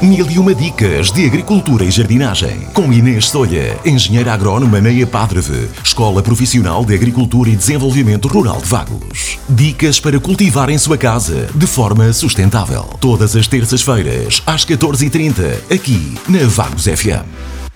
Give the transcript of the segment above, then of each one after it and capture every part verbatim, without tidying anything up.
Mil e uma dicas de agricultura e jardinagem. Com Inês Solha, engenheira agrónoma na EPADREV, Escola Profissional de Agricultura e Desenvolvimento Rural de Vagos. Dicas para cultivar em sua casa de forma sustentável. Todas as terças-feiras, às catorze e trinta, aqui na Vagos F M.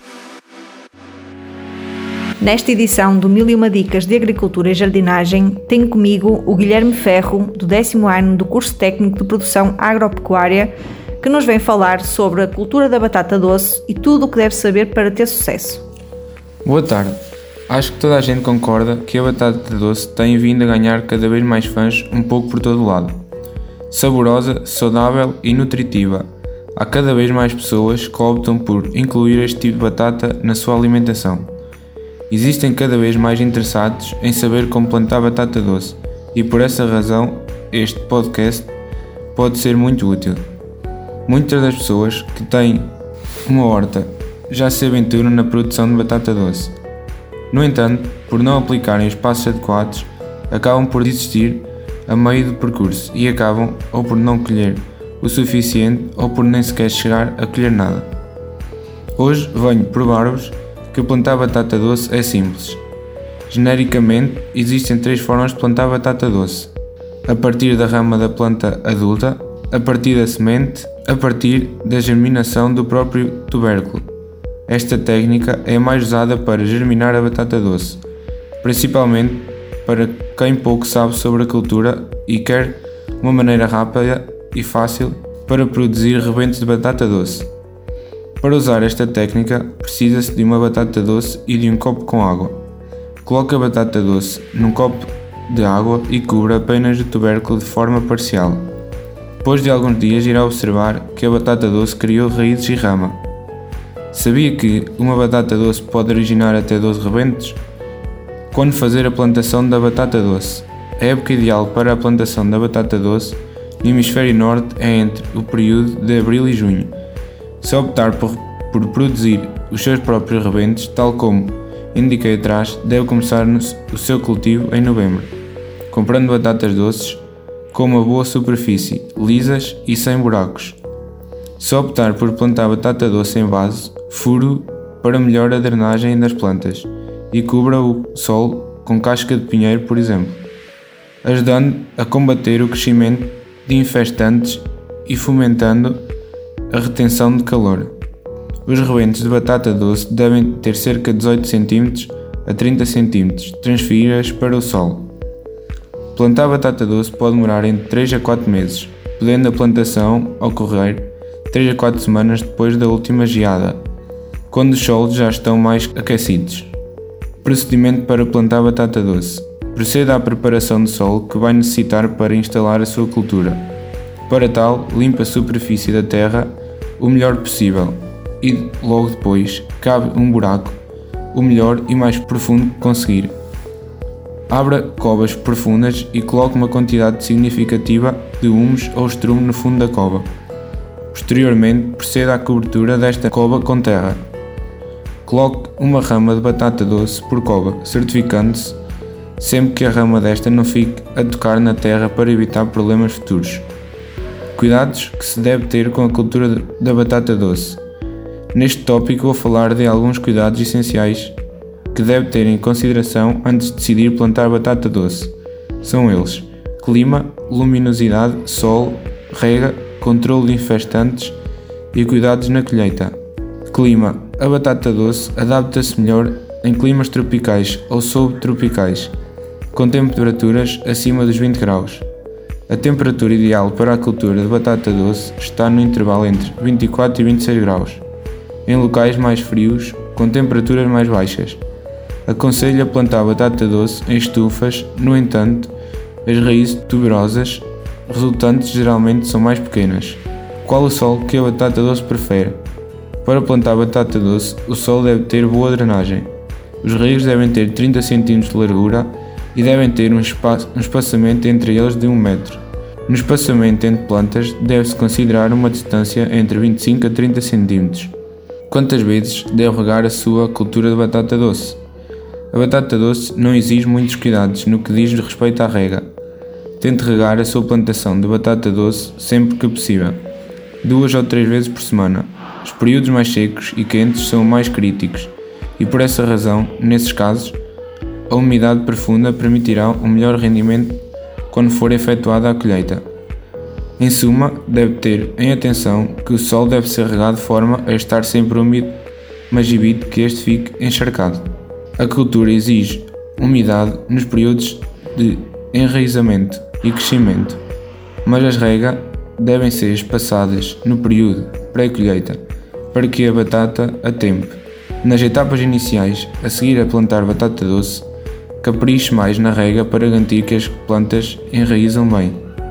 Nesta edição do Mil e uma Dicas de Agricultura e Jardinagem, tenho comigo o Guilherme Ferro, do décimo ano do Curso Técnico de Produção Agropecuária, que nos vem falar sobre a cultura da batata doce e tudo o que deve saber para ter sucesso. Boa tarde. Acho que toda a gente concorda que a batata doce tem vindo a ganhar cada vez mais fãs um pouco por todo o lado. Saborosa, saudável e nutritiva. Há cada vez mais pessoas que optam por incluir este tipo de batata na sua alimentação. Existem cada vez mais interessados em saber como plantar batata doce e por essa razão este podcast pode ser muito útil. Muitas das pessoas que têm uma horta já se aventuram na produção de batata doce. No entanto, por não aplicarem os passos adequados, acabam por desistir a meio do percurso e acabam ou por não colher o suficiente ou por nem sequer chegar a colher nada. Hoje venho provar-vos que plantar batata doce é simples. Genericamente, existem três formas de plantar batata doce: a partir da rama da planta adulta, a partir da semente, a partir da germinação do próprio tubérculo. Esta técnica é a mais usada para germinar a batata doce, principalmente para quem pouco sabe sobre a cultura e quer uma maneira rápida e fácil para produzir rebentos de batata doce. Para usar esta técnica, precisa-se de uma batata doce e de um copo com água. Coloque a batata doce num copo de água e cubra apenas o tubérculo de forma parcial. Depois de alguns dias irá observar que a batata doce criou raízes e rama. Sabia que uma batata doce pode originar até doze rebentos? Quando fazer a plantação da batata doce? A época ideal para a plantação da batata doce no hemisfério norte é entre o período de abril e junho. Se optar por, por produzir os seus próprios rebentos, tal como indiquei atrás, deve começar no, o seu cultivo em novembro, comprando batatas doces com uma boa superfície, lisas e sem buracos. Se optar por plantar batata doce em vaso, furo para melhor a drenagem das plantas e cubra o solo com casca de pinheiro, por exemplo, ajudando a combater o crescimento de infestantes e fomentando a retenção de calor. Os rebentos de batata doce devem ter cerca de dezoito centímetros a trinta centímetros, transferidas para o solo. Plantar batata doce pode demorar entre três a quatro meses, podendo a plantação ocorrer três a quatro semanas depois da última geada, quando os solos já estão mais aquecidos. Procedimento para plantar batata doce. Proceda à preparação do solo que vai necessitar para instalar a sua cultura. Para tal, limpe a superfície da terra o melhor possível e logo depois cabe um buraco, o melhor e mais profundo que conseguir. Abra covas profundas e coloque uma quantidade significativa de humus ou estrume no fundo da cova. Posteriormente, proceda à cobertura desta cova com terra. Coloque uma rama de batata doce por cova, certificando-se sempre que a rama desta não fique a tocar na terra para evitar problemas futuros. Cuidados que se deve ter com a cultura da batata doce. Neste tópico vou falar de alguns cuidados essenciais que deve ter em consideração antes de decidir plantar batata doce. São eles: clima, luminosidade, sol, rega, controle de infestantes e cuidados na colheita. Clima. A batata doce adapta-se melhor em climas tropicais ou subtropicais, com temperaturas acima dos vinte graus. A temperatura ideal para a cultura de batata doce está no intervalo entre vinte e quatro e vinte e seis graus, em locais mais frios, com temperaturas mais baixas. Aconselho a plantar batata doce em estufas, no entanto, as raízes tuberosas resultantes geralmente são mais pequenas. Qual o solo que a batata doce prefere? Para plantar batata doce, o solo deve ter boa drenagem. Os regos devem ter trinta centímetros de largura e devem ter um, espaço, um espaçamento entre eles de um metro. No espaçamento entre plantas, deve-se considerar uma distância entre vinte e cinco a trinta centímetros. Quantas vezes deve regar a sua cultura de batata doce? A batata doce não exige muitos cuidados no que diz respeito à rega. Tente regar a sua plantação de batata doce sempre que possível. duas ou três vezes por semana. Os períodos mais secos e quentes são mais críticos e, por essa razão, nesses casos, a umidade profunda permitirá um melhor rendimento quando for efetuada a colheita. Em suma, deve ter em atenção que o solo deve ser regado de forma a estar sempre úmido, mas evite que este fique encharcado. A cultura exige umidade nos períodos de enraizamento e crescimento, mas as regas devem ser espaçadas no período pré-colheita para que a batata a tempo. Nas etapas iniciais, a seguir a plantar batata doce, capriche mais na rega para garantir que as plantas enraizam bem.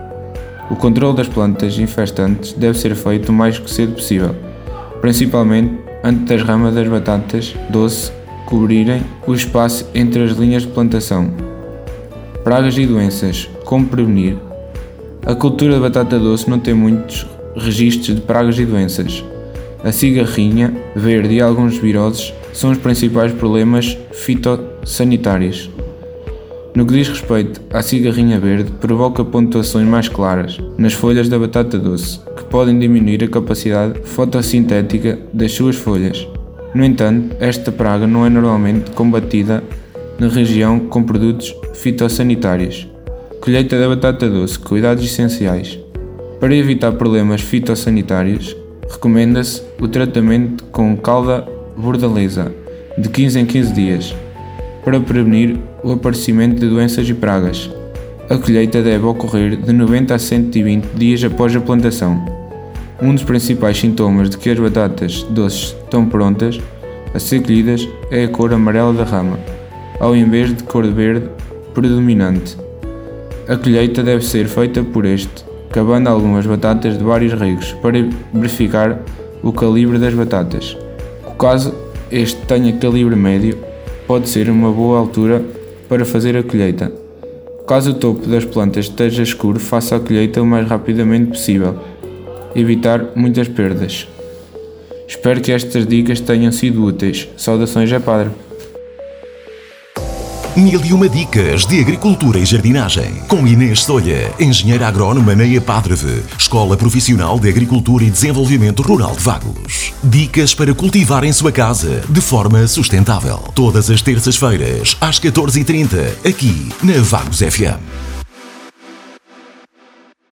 O controle das plantas infestantes deve ser feito o mais cedo possível, principalmente antes das ramas das batatas doce cobrirem o espaço entre as linhas de plantação. Pragas e doenças. Como prevenir? A cultura de batata doce não tem muitos registros de pragas e doenças. A cigarrinha verde e alguns viroses são os principais problemas fitossanitários. No que diz respeito à cigarrinha verde, provoca pontuações mais claras nas folhas da batata doce, que podem diminuir a capacidade fotossintética das suas folhas. No entanto, esta praga não é normalmente combatida na região com produtos fitossanitários. Colheita da batata doce, cuidados essenciais. Para evitar problemas fitossanitários, recomenda-se o tratamento com calda bordaleza de quinze em quinze dias, para prevenir o aparecimento de doenças e pragas. A colheita deve ocorrer de noventa a cento e vinte dias após a plantação. Um dos principais sintomas de que as batatas doces estão prontas a ser colhidas é a cor amarela da rama, ao invés de cor verde predominante. A colheita deve ser feita por este, cavando algumas batatas de vários regos para verificar o calibre das batatas. Caso este tenha calibre médio, pode ser uma boa altura para fazer a colheita. Caso o topo das plantas esteja escuro, faça a colheita o mais rapidamente possível. Evitar muitas perdas. Espero que estas dicas tenham sido úteis. Saudações a Padre. Mil e uma dicas de agricultura e jardinagem. Com Inês Solha, engenheira agrónoma na E A Padreve, Escola Profissional de Agricultura e Desenvolvimento Rural de Vagos. Dicas para cultivar em sua casa de forma sustentável. Todas as terças-feiras, às catorze e trinta, aqui na Vagos F M.